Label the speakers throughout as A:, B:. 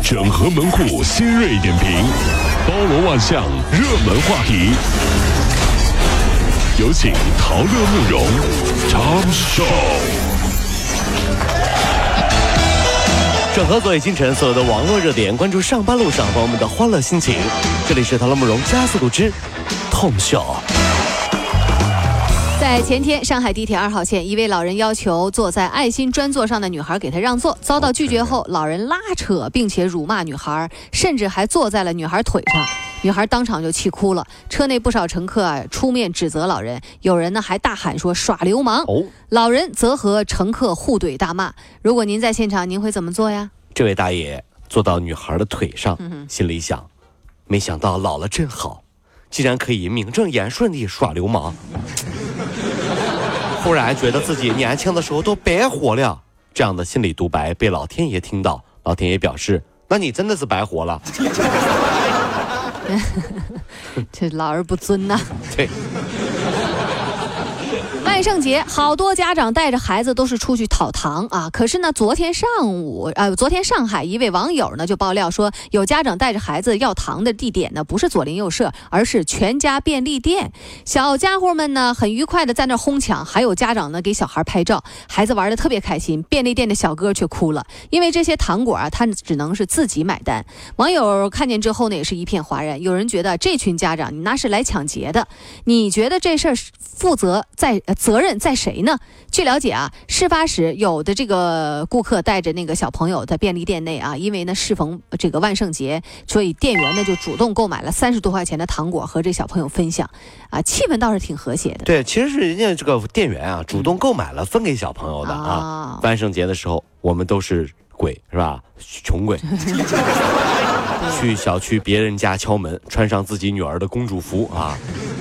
A: 整合门户新锐点评，包罗万象，热门话题。有请陶乐慕容长寿。
B: 整合昨夜今晨所有的网络热点，关注上班路上朋友们的欢乐心情。这里是陶乐慕容加速度之痛秀。
C: 在前天，上海地铁2号线，一位老人要求坐在爱心专座上的女孩给他让座，遭到拒绝后，老人拉扯并且辱骂女孩，甚至还坐在了女孩腿上。女孩当场就气哭了。车内不少乘客出面指责老人，有人呢还大喊说耍流氓。老人则和乘客互怼大骂。如果您在现场，您会怎么做呀？
B: 这位大爷坐到女孩的腿上，心里想，没想到老了真好，竟然可以名正言顺地耍流氓。忽然觉得自己年轻的时候都白活了，这样的心理独白被老天爷听到，老天爷表示，那你真的是白活了。
C: 这老而不尊呐。
B: 对。
C: 万圣节，好多家长带着孩子都是出去讨糖啊。可是呢，昨天上海一位网友呢就爆料说，有家长带着孩子要糖的地点呢不是左邻右舍，而是全家便利店。小家伙们呢很愉快的在那哄抢，还有家长呢给小孩拍照，孩子玩得特别开心。便利店的小哥却哭了，因为这些糖果啊，他只能是自己买单。网友看见之后呢，也是一片哗然。有人觉得这群家长你那是来抢劫的，你觉得这事儿责任在谁呢？据了解啊，事发时有的这个顾客带着那个小朋友在便利店内啊，因为呢适逢这个万圣节，所以店员呢就主动购买了30多块钱的糖果和这小朋友分享啊，气氛倒是挺和谐的。
B: 对，其实是人家这个店员啊主动购买了分给小朋友的啊。万圣节的时候我们都是鬼是吧？穷鬼。去小区别人家敲门，穿上自己女儿的公主服啊。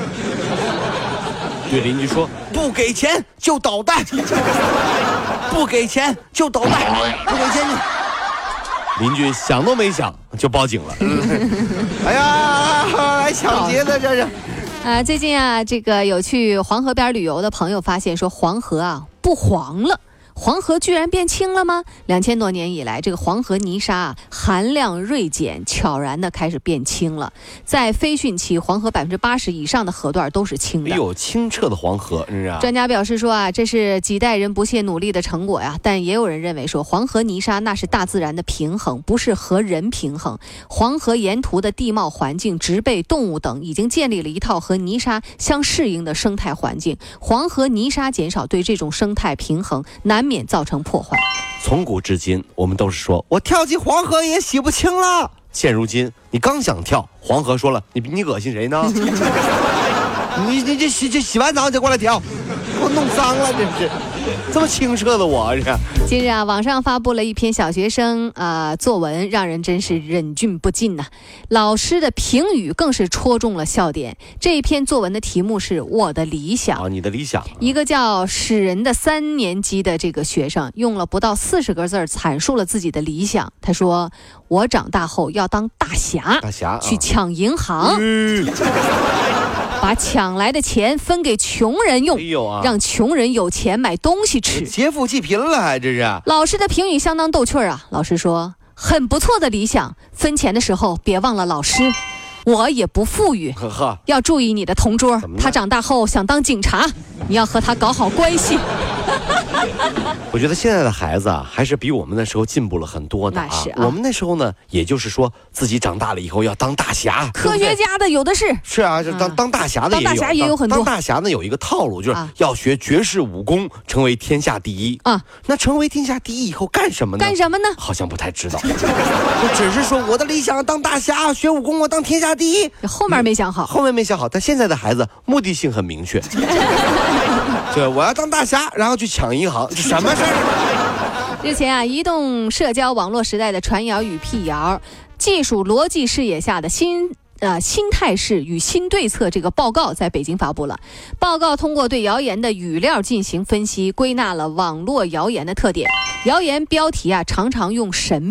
B: 对邻居说，不给钱就捣蛋，不给钱就捣蛋，不给钱就……邻居想都没想就报警了。
D: 哎呀，来抢劫的这是。
C: 最近啊，这个有去黄河边旅游的朋友发现说，黄河啊不黄了。黄河居然变清了吗？2000多年以来，这个黄河泥沙含量锐减，悄然的开始变清了。在非汛期，黄河80%以上的河段都是清的。
B: 哎呦，清澈的黄河，是啊。
C: 专家表示说啊，这是几代人不懈努力的成果呀。但也有人认为说，黄河泥沙那是大自然的平衡，不是和人平衡。黄河沿途的地貌环境、植被、动物等已经建立了一套和泥沙相适应的生态环境。黄河泥沙减少，对这种生态平衡难免造成破坏。
B: 从古至今，我们都是说我跳进黄河也洗不清了。现如今，你刚想跳，黄河说了，你恶心谁呢？你这洗完澡就过来跳，给我弄脏了，真是这么清澈的我这。
C: 近日啊，网上发布了一篇小学生作文，让人真是忍俊不禁呐。老师的评语更是戳中了笑点。这一篇作文的题目是我的理想
B: 啊，你的理想。
C: 一个叫史仁的3年级的这个学生，用了不到40个字阐述了自己的理想。他说：“我长大后要当大侠，去抢银行。把抢来的钱分给穷人用，让穷人有钱买东西吃，
D: 劫富济贫了还这是。”
C: 老师的评语相当逗趣啊。老师说，很不错的理想，分钱的时候别忘了老师。我也不富裕，要注意你的同桌，他长大后想当警察，你要和他搞好关系。
B: 我觉得现在的孩子啊，还是比我们那时候进步了很多的啊。我们那时候呢，也就是说自己长大了以后要当大侠，
C: 科学家的有的是。
B: 是啊，就当大侠的也有，
C: 当大侠也有很多。
B: 当大侠呢有一个套路，就是要学绝世武功，成为天下第一啊。那成为天下第一以后干什么呢？好像不太知道。
D: 我只是说我的理想当大侠，学武功，我当天下第一。
C: 后面没想好，
B: 但现在的孩子目的性很明确。对，我要当大侠，然后去抢银行，这什么事儿？
C: 日前啊，移动社交网络时代的传谣与辟谣，技术逻辑视野下的新态势与新对策这个报告在北京发布了。报告通过对谣言的语料进行分析，归纳了网络谣言的特点。谣言标题啊，常常用神秘、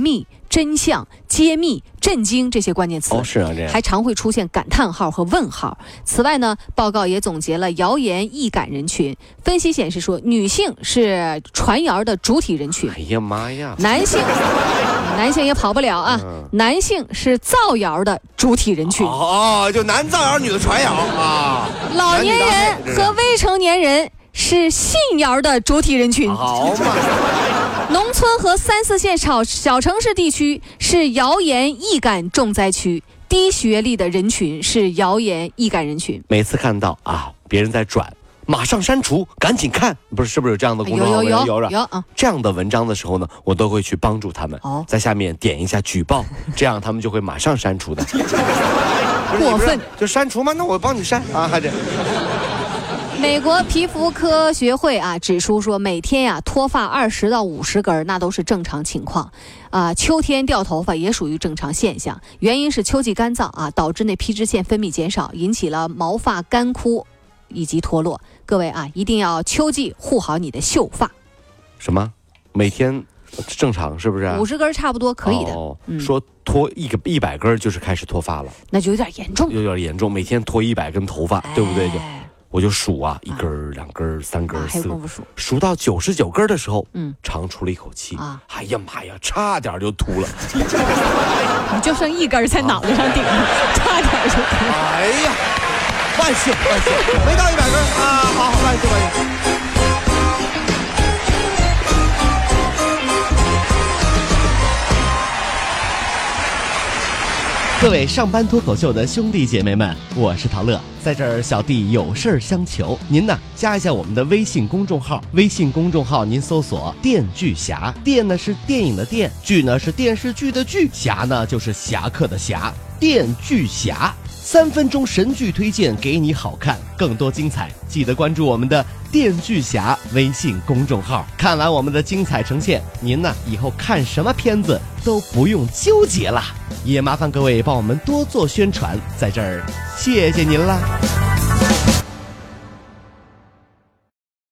C: 真相、揭秘、震惊这些关键词。
B: 哦，是啊，这样
C: 还常会出现感叹号和问号。此外呢，报告也总结了谣言易感人群，分析显示说，女性是传谣的主体人群。
B: 哎呀妈呀，
C: 男性也跑不了啊，男性是造谣的主体人群。
B: 哦，就男造谣，女的传谣啊。
C: 老年人和未成年人是信谣的主体人群。
B: 好嘛。
C: 农村和3、4线小城市地区是谣言易感重灾区，低学历的人群是谣言易感人群。
B: 每次看到啊，别人在转，马上删除，赶紧看，是不是有这样的公众号？有
C: 啊。这
B: 样的文章的时候呢，我都会去帮助他们，在下面点一下举报，这样他们就会马上删除的。
C: 过分
B: 就删除吗？那我帮你删啊，还得。
C: 美国皮肤科学会指出说，每天脱发20到50根那都是正常情况，秋天掉头发也属于正常现象。原因是秋季干燥导致那皮脂腺分泌减少，引起了毛发干枯以及脱落。各位一定要秋季护好你的秀发。什么？
B: 每天正常是不是
C: ？50根差不多可以的。
B: 说脱100根就是开始脱发了，
C: 那就有点严重。
B: 有点严重，每天脱100根头发，对不对？我就数1根、2根、3根、4根，数到99根的时候，长出了一口气。哎呀妈呀，差点就秃了。
C: 你就剩1根在脑袋上顶着，差点就秃了。
B: 哎呀，万幸，没到100根好，万幸。
E: 各位上班脱口秀的兄弟姐妹们，我是陶乐，在这儿小弟有事儿相求，您呢加一下我们的微信公众号，微信公众号您搜索电锯侠，电呢是电影的电，剧呢是电视剧的剧，侠呢就是侠客的侠，电锯侠，3分钟神剧推荐给你好看，更多精彩记得关注我们的电锯侠微信公众号。看完我们的精彩呈现，您呢以后看什么片子都不用纠结了，也麻烦各位帮我们多做宣传，在这儿谢谢您啦。